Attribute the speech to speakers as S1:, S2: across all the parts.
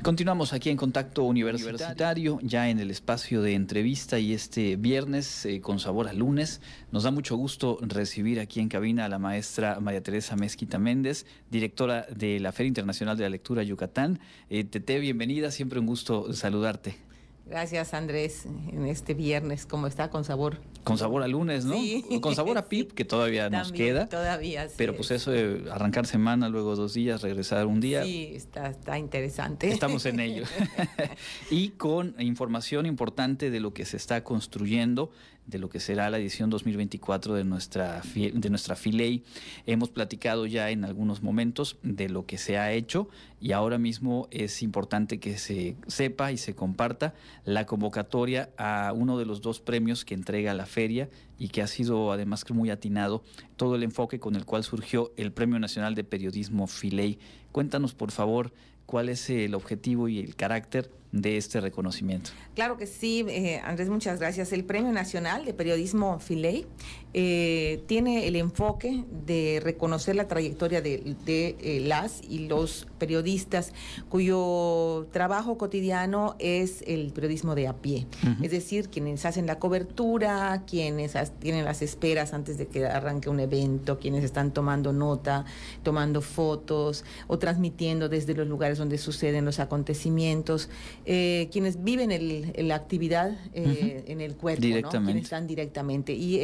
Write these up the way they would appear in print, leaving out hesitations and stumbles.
S1: Continuamos aquí en Contacto Universitario, ya en el espacio de entrevista, y este viernes con sabor a lunes. Nos da mucho gusto recibir aquí en cabina a la maestra María Teresa Mezquita Méndez, directora de la Feria Internacional de la Lectura Yucatán. Tete, bienvenida, siempre un gusto saludarte.
S2: Gracias, Andrés, en este viernes, ¿cómo está? Con sabor.
S1: Con sabor a lunes, ¿no?
S2: Sí.
S1: Con sabor a PIP, sí, que todavía también nos queda.
S2: Todavía, sí.
S1: Pero pues eso de arrancar semana, luego 2 días, regresar un día.
S2: Sí, está interesante.
S1: Estamos en ello. Y con información importante de lo que se está construyendo, de lo que será la edición 2024 de nuestra Filey. Hemos platicado ya en algunos momentos de lo que se ha hecho, y ahora mismo es importante que se sepa y se comparta la convocatoria a uno de los 2 premios que entrega la feria, y que ha sido además muy atinado todo el enfoque con el cual surgió el Premio Nacional de Periodismo Filey. Cuéntanos, por favor, cuál es el objetivo y el carácter de este reconocimiento.
S2: Claro que sí, Andrés, muchas gracias. El Premio Nacional de Periodismo Filey tiene el enfoque de reconocer la trayectoria de las y los periodistas cuyo trabajo cotidiano es el periodismo de a pie. Es decir, quienes hacen la cobertura, quienes tienen las esperas antes de que arranque un evento, quienes están tomando nota, tomando fotos o transmitiendo desde los lugares donde suceden los acontecimientos. Quienes viven la actividad en el cuerpo, ¿no? Quienes están directamente. Y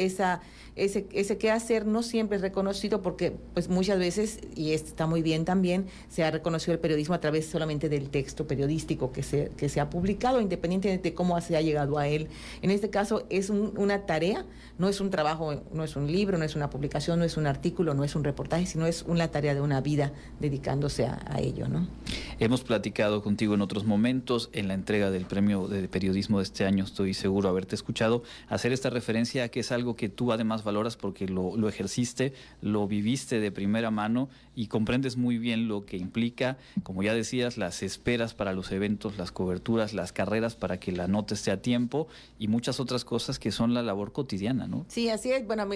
S2: ese quehacer no siempre es reconocido porque pues muchas veces, y está muy bien también, se ha reconocido el periodismo a través solamente del texto periodístico que se ha publicado, independientemente de cómo se ha llegado a él. En este caso es una tarea, no es un trabajo, no es un libro, no es una publicación, no es un artículo, no es un reportaje, sino es una tarea de una vida dedicándose a ello, ¿no?
S1: Hemos platicado contigo en otros momentos, en la entrega del premio de periodismo de este año, estoy seguro haberte escuchado hacer esta referencia a que es algo que tú además valoras porque lo ejerciste, lo viviste de primera mano y comprendes muy bien lo que implica, como ya decías, las esperas para los eventos, las coberturas, las carreras para que la nota esté a tiempo y muchas otras cosas que son la labor cotidiana, ¿no?
S2: Sí, así es. Bueno,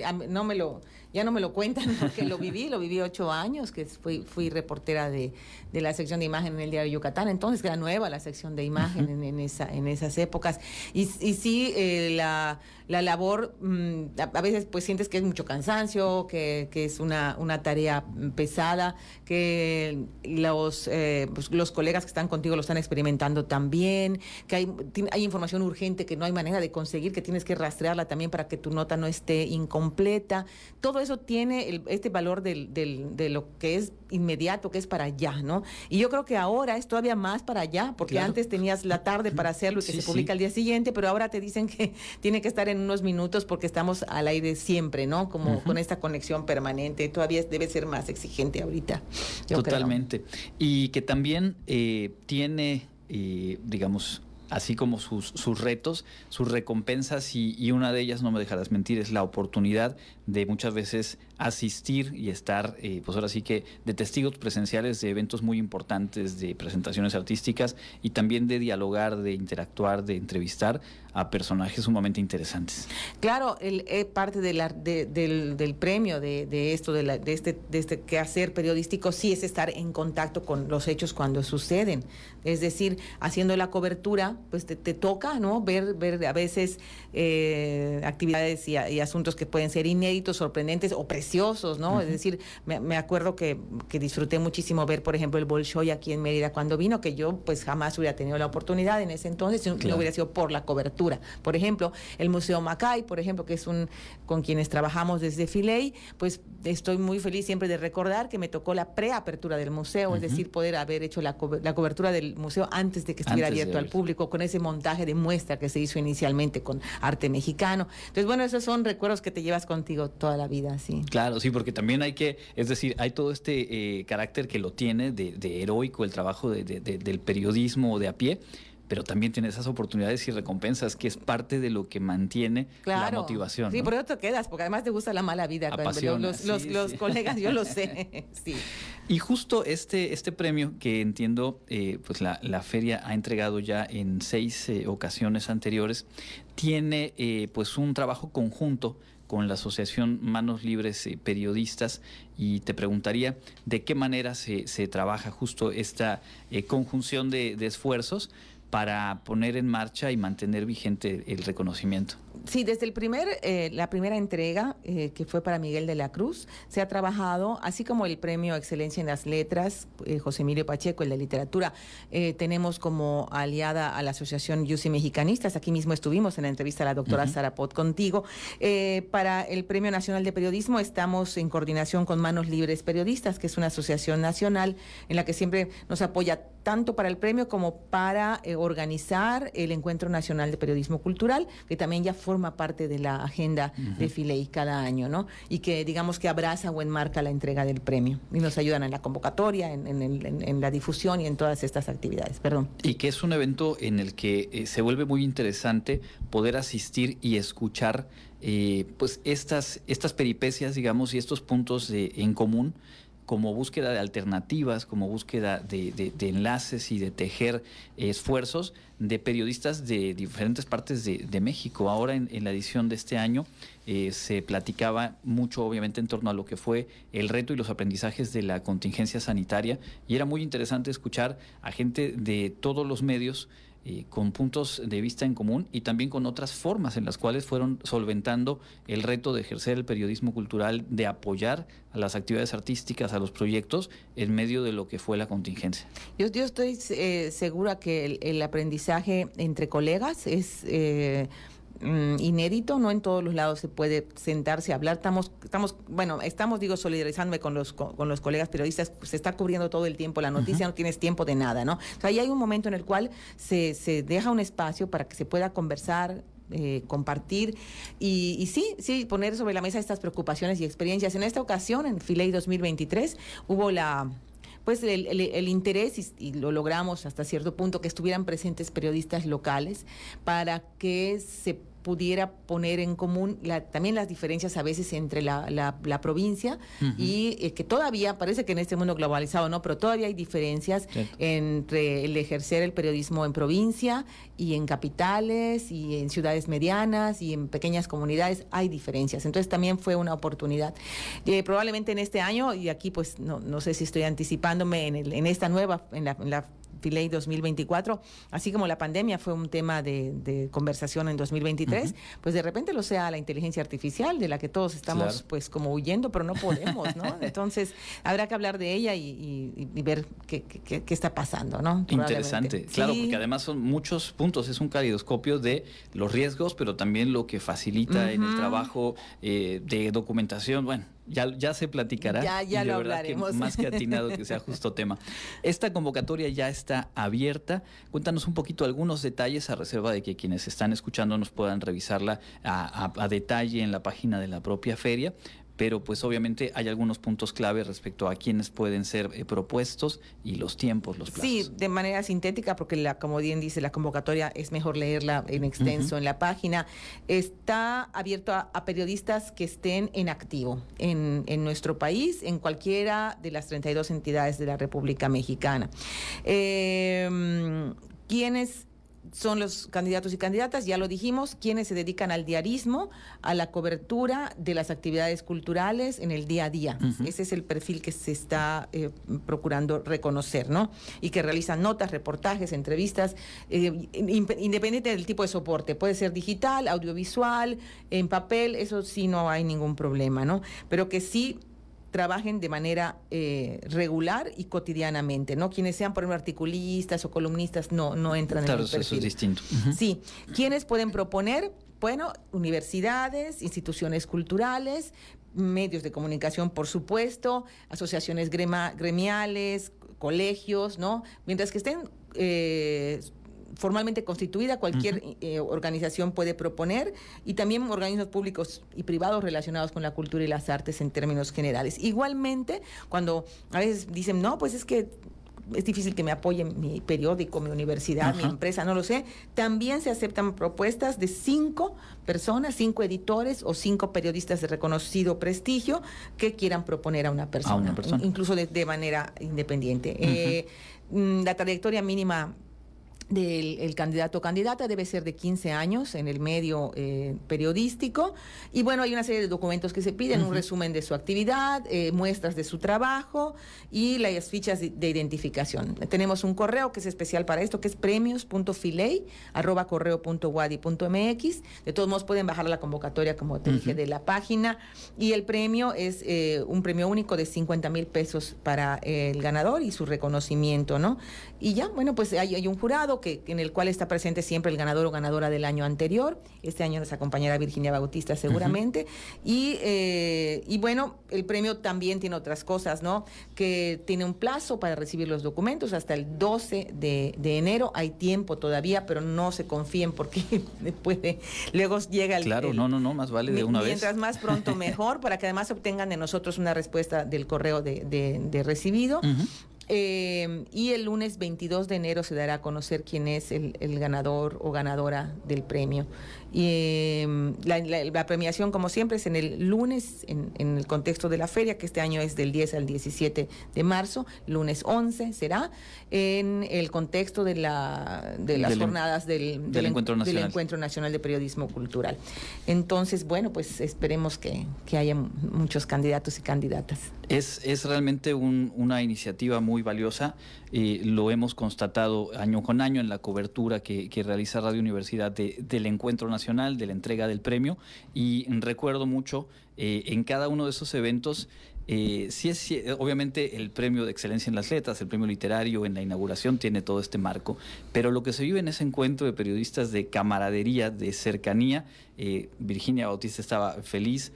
S2: ya no me lo cuentan porque lo viví 8 años, que fui reportera de la sección de imagen en el diario Yucatán, entonces era nueva la sección de imagen en esas épocas, y sí, la labor a veces pues sientes que es mucho cansancio, que es una tarea pesada, que los colegas que están contigo lo están experimentando también, que hay información urgente que no hay manera de conseguir, que tienes que rastrearla también para que tu nota no esté incompleta. Todo eso tiene este valor de lo que es inmediato, que es para allá, ¿no? Y yo creo que ahora es todavía más para allá, porque claro, antes tenías la tarde para hacerlo y que se publica al día siguiente, pero ahora te dicen que tiene que estar en unos minutos porque estamos al aire siempre, ¿no? Como con esta conexión permanente. Todavía debe ser más exigente ahorita.
S1: Totalmente. Creo. Y que también tiene, digamos, así como sus retos, sus recompensas, y una de ellas, no me dejarás mentir, es la oportunidad de muchas veces asistir y estar, pues ahora sí que de testigos presenciales de eventos muy importantes, de presentaciones artísticas, y también de dialogar, de interactuar, de entrevistar a personajes sumamente interesantes.
S2: Claro, parte del premio de este quehacer periodístico sí es estar en contacto con los hechos cuando suceden. Es decir, haciendo la cobertura, pues te toca, ¿no? Ver a veces actividades y asuntos que pueden ser inéditos, sorprendentes o preciosos, ¿no? Es decir, me acuerdo que disfruté muchísimo ver, por ejemplo, el Bolshoi aquí en Mérida cuando vino, que yo pues jamás hubiera tenido la oportunidad en ese entonces, si no hubiera sido por la cobertura. Por ejemplo, el Museo Macay, por ejemplo, que es con quienes trabajamos desde Filey, pues estoy muy feliz siempre de recordar que me tocó la preapertura del museo, es decir, poder haber hecho la cobertura del museo antes de que estuviera abierto al público, con ese montaje de muestra que se hizo inicialmente con arte mexicano. Entonces, bueno, esos son recuerdos que te llevas contigo toda la vida, sí.
S1: Claro, sí, porque también hay todo este carácter que lo tiene de heroico el trabajo del periodismo de a pie, pero también tiene esas oportunidades y recompensas que es parte de lo que mantiene la motivación.
S2: Sí,
S1: ¿no?
S2: Por eso te quedas, porque además te gusta la mala vida. Los colegas, yo lo sé. Sí.
S1: Y justo este premio que entiendo, pues la feria ha entregado ya en 6 ocasiones anteriores, tiene pues un trabajo conjunto con la Asociación Manos Libres Periodistas, y te preguntaría de qué manera se trabaja justo esta conjunción de esfuerzos para poner en marcha y mantener vigente el reconocimiento.
S2: Sí, desde la primera entrega, que fue para Miguel de la Cruz, se ha trabajado, así como el Premio Excelencia en las Letras, José Emilio Pacheco, el de Literatura, tenemos como aliada a la Asociación Yusi Mexicanistas, aquí mismo estuvimos en la entrevista a la doctora Sara Pot contigo. Para el Premio Nacional de Periodismo estamos en coordinación con Manos Libres Periodistas, que es una asociación nacional en la que siempre nos apoya tanto para el premio como para organizar el Encuentro Nacional de Periodismo Cultural, que también ya forma parte de la agenda de Filey cada año, ¿no? Y que digamos que abraza o enmarca la entrega del premio y nos ayudan en la convocatoria, en la difusión y en todas estas actividades. Perdón. Y
S1: que es un evento en el que se vuelve muy interesante poder asistir y escuchar pues estas peripecias, digamos, y estos puntos en común, como búsqueda de alternativas, como búsqueda de enlaces y de tejer esfuerzos de periodistas de diferentes partes de México. Ahora en la edición de este año se platicaba mucho, obviamente, en torno a lo que fue el reto y los aprendizajes de la contingencia sanitaria, y era muy interesante escuchar a gente de todos los medios con puntos de vista en común y también con otras formas en las cuales fueron solventando el reto de ejercer el periodismo cultural, de apoyar a las actividades artísticas, a los proyectos en medio de lo que fue la contingencia.
S2: Yo estoy segura que el aprendizaje entre colegas es inédito, no en todos los lados se puede sentarse a hablar. Estamos solidarizándome con los colegas periodistas. Se está cubriendo todo el tiempo la noticia, no tienes tiempo de nada, ¿no? O sea, ahí hay un momento en el cual se deja un espacio para que se pueda conversar, compartir y sí, poner sobre la mesa estas preocupaciones y experiencias. En esta ocasión, en Filey 2023, hubo el interés, y lo logramos hasta cierto punto, que estuvieran presentes periodistas locales para que se pudiera poner en común también las diferencias a veces entre la provincia y que todavía, parece que en este mundo globalizado no, pero todavía hay diferencias entre el ejercer el periodismo en provincia y en capitales y en ciudades medianas y en pequeñas comunidades, hay diferencias. Entonces también fue una oportunidad. Probablemente en este año, y aquí pues no sé si estoy anticipándome en esta nueva, en la Filey 2024, así como la pandemia fue un tema de conversación en 2023, pues de repente lo sea la inteligencia artificial, de la que todos estamos pues como huyendo, pero no podemos, ¿no? Entonces habrá que hablar de ella y ver qué está pasando, ¿no?
S1: Interesante, claro, porque además son muchos puntos, es un calidoscopio de los riesgos, pero también lo que facilita en el trabajo de documentación. Bueno, ya se platicará.
S2: Ya lo hablaremos.
S1: Más que atinado que sea justo tema. Esta convocatoria ya está abierta. Cuéntanos un poquito algunos detalles, a reserva de que quienes están escuchando nos puedan revisarla a detalle en la página de la propia feria. Pero pues obviamente hay algunos puntos clave respecto a quiénes pueden ser propuestos y los tiempos, los plazos.
S2: Sí, de manera sintética, porque como bien dice la convocatoria, es mejor leerla en extenso en la página. Está abierto a periodistas que estén en activo en nuestro país, en cualquiera de las 32 entidades de la República Mexicana. ¿Quiénes son los candidatos y candidatas? Ya lo dijimos, quienes se dedican al diarismo, a la cobertura de las actividades culturales en el día a día. Ese es el perfil que se está procurando reconocer, ¿no? Y que realizan notas, reportajes, entrevistas, independiente del tipo de soporte. Puede ser digital, audiovisual, en papel, eso sí no hay ningún problema, ¿no? Pero que sí trabajen de manera regular y cotidianamente, ¿no? Quienes sean, por ejemplo, articulistas o columnistas no entran en el perfil.
S1: Eso es distinto.
S2: Sí. ¿Quiénes pueden proponer? Bueno, universidades, instituciones culturales, medios de comunicación, por supuesto, asociaciones gremiales, colegios, ¿no? Mientras que estén formalmente constituida, cualquier organización puede proponer, y también organismos públicos y privados relacionados con la cultura y las artes en términos generales. Igualmente, cuando a veces dicen, no, pues es que es difícil que me apoyen mi periódico, mi universidad, mi empresa, no lo sé, también se aceptan propuestas de 5 personas, 5 editores o 5 periodistas de reconocido prestigio que quieran proponer a una persona. Incluso de manera independiente. La trayectoria mínima del candidato o candidata debe ser de 15 años en el medio periodístico, y bueno, hay una serie de documentos que se piden, un resumen de su actividad, muestras de su trabajo y las fichas de identificación. Tenemos un correo que es especial para esto, que es premios.filey@correo.wadi.mx. De todos modos pueden bajar la convocatoria, como te dije, de la página, y el premio es un premio único de 50,000 pesos para el ganador y su reconocimiento, ¿no? Y ya, bueno, pues hay un jurado en el cual está presente siempre el ganador o ganadora del año anterior. Este año nos acompañará Virginia Bautista seguramente. Y bueno, el premio también tiene otras cosas, ¿no? Que tiene un plazo para recibir los documentos hasta el 12 de enero. Hay tiempo todavía, pero no se confíen porque luego llega el...
S1: Claro, no, más vale de una vez.
S2: Mientras más pronto mejor, para que además obtengan de nosotros una respuesta del correo de recibido. Y el lunes 22 de enero se dará a conocer quién es el ganador o ganadora del premio. Y la premiación, como siempre, es en el lunes, en el contexto de la feria, que este año es del 10 al 17 de marzo, lunes 11 será, en el contexto de las jornadas del Encuentro Nacional de Periodismo Cultural. Entonces, bueno, pues esperemos que haya muchos candidatos y candidatas.
S1: Es realmente una iniciativa muy valiosa. Lo hemos constatado año con año en la cobertura que realiza Radio Universidad del Encuentro Nacional, de la entrega del premio, y recuerdo mucho en cada uno de esos eventos. Obviamente el premio de excelencia en las letras, el premio literario en la inauguración tiene todo este marco, pero lo que se vive en ese encuentro de periodistas, de camaradería, de cercanía, Virginia Bautista estaba feliz,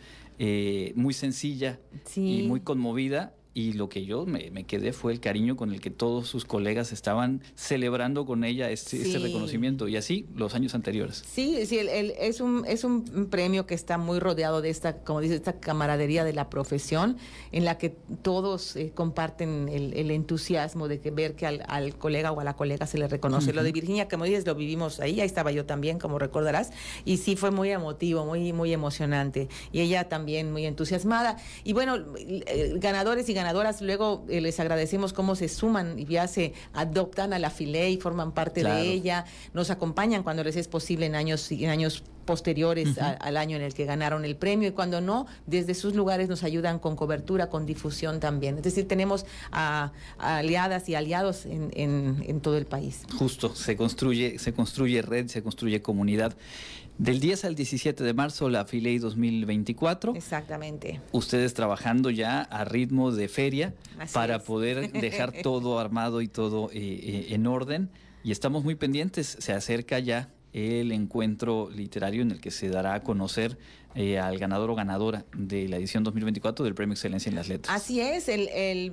S1: muy sencilla, sí, y muy conmovida. Y lo que yo me quedé fue el cariño con el que todos sus colegas estaban celebrando con ella este reconocimiento, y así los años anteriores.
S2: Sí, es un premio que está muy rodeado de esta, como dice, esta camaradería de la profesión, en la que todos comparten el entusiasmo de ver que al colega o a la colega se le reconoce. Lo de Virginia, como dices, lo vivimos ahí estaba yo también, como recordarás, y sí fue muy emotivo, muy, muy emocionante. Y ella también muy entusiasmada. Y bueno, ganadores y ganadoras, luego les agradecemos cómo se suman y ya se adoptan a la Filey, forman parte de ella, nos acompañan cuando les es posible en años posteriores al año en el que ganaron el premio, y cuando no, desde sus lugares nos ayudan con cobertura, con difusión también. Es decir, tenemos a aliadas y aliados en todo el país.
S1: Justo, se construye red, se construye comunidad. Del 10 al 17 de marzo, la Filey 2024.
S2: Exactamente.
S1: Ustedes trabajando ya a ritmo de feria. Así para poder dejar todo armado y todo en orden. Y estamos muy pendientes. Se acerca ya el encuentro literario en el que se dará a conocer al ganador o ganadora de la edición 2024 del Premio Excelencia en las Letras.
S2: Así es, el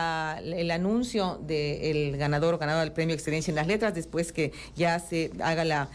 S2: anuncio del ganador o ganadora del Premio Excelencia en las Letras, después que ya se haga la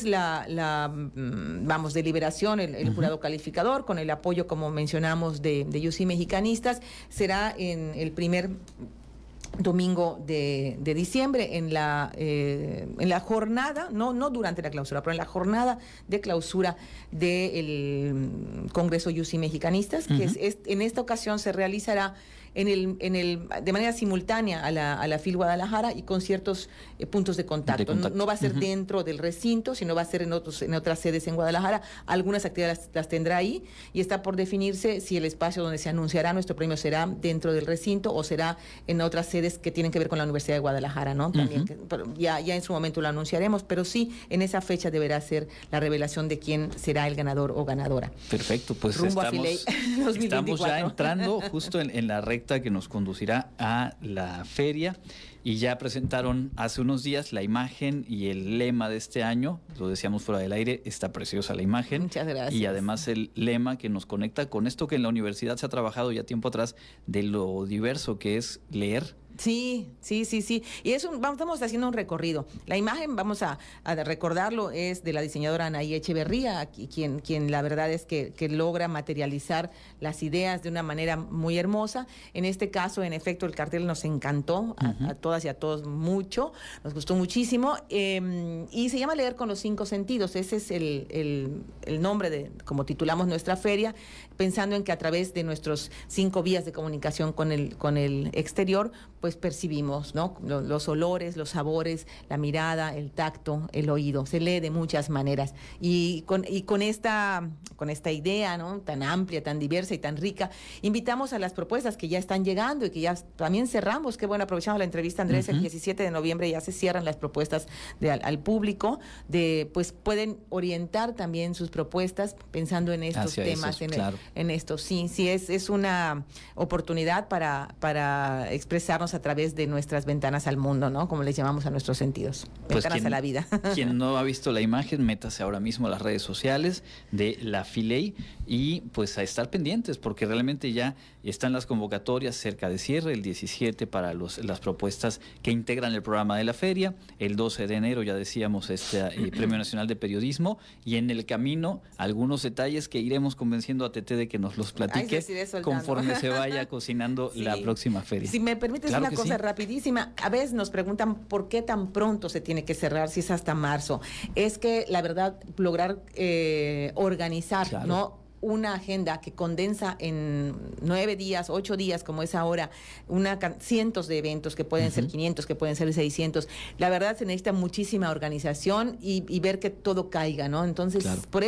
S2: deliberación, el jurado calificador, con el apoyo, como mencionamos, de UC Mexicanistas, será en el primer domingo de diciembre, en la jornada, no durante la clausura, pero en la jornada de clausura del Congreso UC Mexicanistas, que en esta ocasión se realizará de manera simultánea a la FIL Guadalajara y con ciertos puntos de contacto. No va a ser dentro del recinto, sino va a ser en otras sedes en Guadalajara. Algunas actividades las tendrá ahí, y está por definirse si el espacio donde se anunciará nuestro premio será dentro del recinto o será en otras sedes que tienen que ver con la Universidad de Guadalajara, ¿no? También, ya en su momento lo anunciaremos, pero sí, en esa fecha deberá ser la revelación de quién será el ganador o ganadora.
S1: Perfecto, pues estamos ya entrando justo en la recta que nos conducirá a la feria, y ya presentaron hace unos días la imagen y el lema de este año. Lo decíamos fuera del aire, está preciosa la imagen.
S2: Muchas gracias.
S1: Y además el lema que nos conecta con esto que en la universidad se ha trabajado ya tiempo atrás, de lo diverso que es leer.
S2: Sí. Y estamos haciendo un recorrido. La imagen, vamos a recordarlo, es de la diseñadora Anaí Echeverría, quien la verdad es que logra materializar las ideas de una manera muy hermosa. En este caso, en efecto, el cartel nos encantó a todas y a todos mucho, nos gustó muchísimo, y se llama Leer con los 5 sentidos. Ese es el nombre como titulamos nuestra feria, pensando en que a través de nuestros 5 vías de comunicación con el exterior, pues pues percibimos, ¿no? Los olores, los sabores, la mirada, el tacto, el oído. Se lee de muchas maneras. Y con esta idea, ¿no? Tan amplia, tan diversa y tan rica, invitamos a las propuestas que ya están llegando y que ya también cerramos. Qué bueno, aprovechamos la entrevista, Andrés, el 17 de noviembre ya se cierran las propuestas al público, pues pueden orientar también sus propuestas pensando en estos temas, en esto. Sí, es una oportunidad para expresarnos a través de nuestras ventanas al mundo, ¿no? Como les llamamos a nuestros sentidos. Ventanas a la vida.
S1: Quien no ha visto la imagen, métase ahora mismo a las redes sociales de la Filey y pues a estar pendientes, porque realmente ya están las convocatorias cerca de cierre, el 17 para las propuestas que integran el programa de la feria, el 12 de enero ya decíamos Premio Nacional de Periodismo, y en el camino algunos detalles que iremos convenciendo a Tete de que nos los platique conforme se vaya cocinando la próxima feria.
S2: Si me permites una cosa rapidísima, a veces nos preguntan por qué tan pronto se tiene que cerrar si es hasta marzo. Es que la verdad lograr organizar, ¿no?, una agenda que condensa en 9 días, 8 días, como es ahora, cientos de eventos que pueden ser 500, que pueden ser 600. La verdad se necesita muchísima organización y ver que todo caiga, ¿no? Entonces,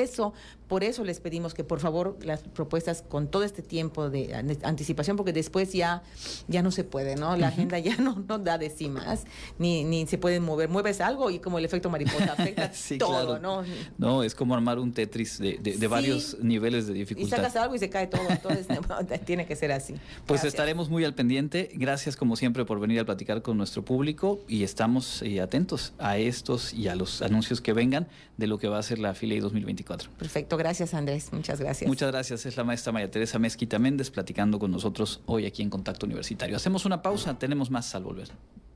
S2: por eso les pedimos que por favor las propuestas con todo este tiempo de anticipación, porque después ya no se puede, ¿no? La agenda ya no da de sí más, ni se pueden mover. Mueves algo y como el efecto mariposa afecta todo, ¿no?
S1: No, es como armar un Tetris de varios niveles de dificultad.
S2: Y sacas algo y se cae todo, entonces tiene que ser así.
S1: Pues estaremos muy al pendiente. Gracias como siempre por venir a platicar con nuestro público y estamos atentos a estos y a los anuncios que vengan de lo que va a ser la Filey 2024.
S2: Perfecto, gracias Andrés, muchas gracias.
S1: Muchas gracias, es la maestra María Teresa Mezquita Méndez platicando con nosotros hoy aquí en Contacto Universitario. Hacemos una pausa, tenemos más al volver.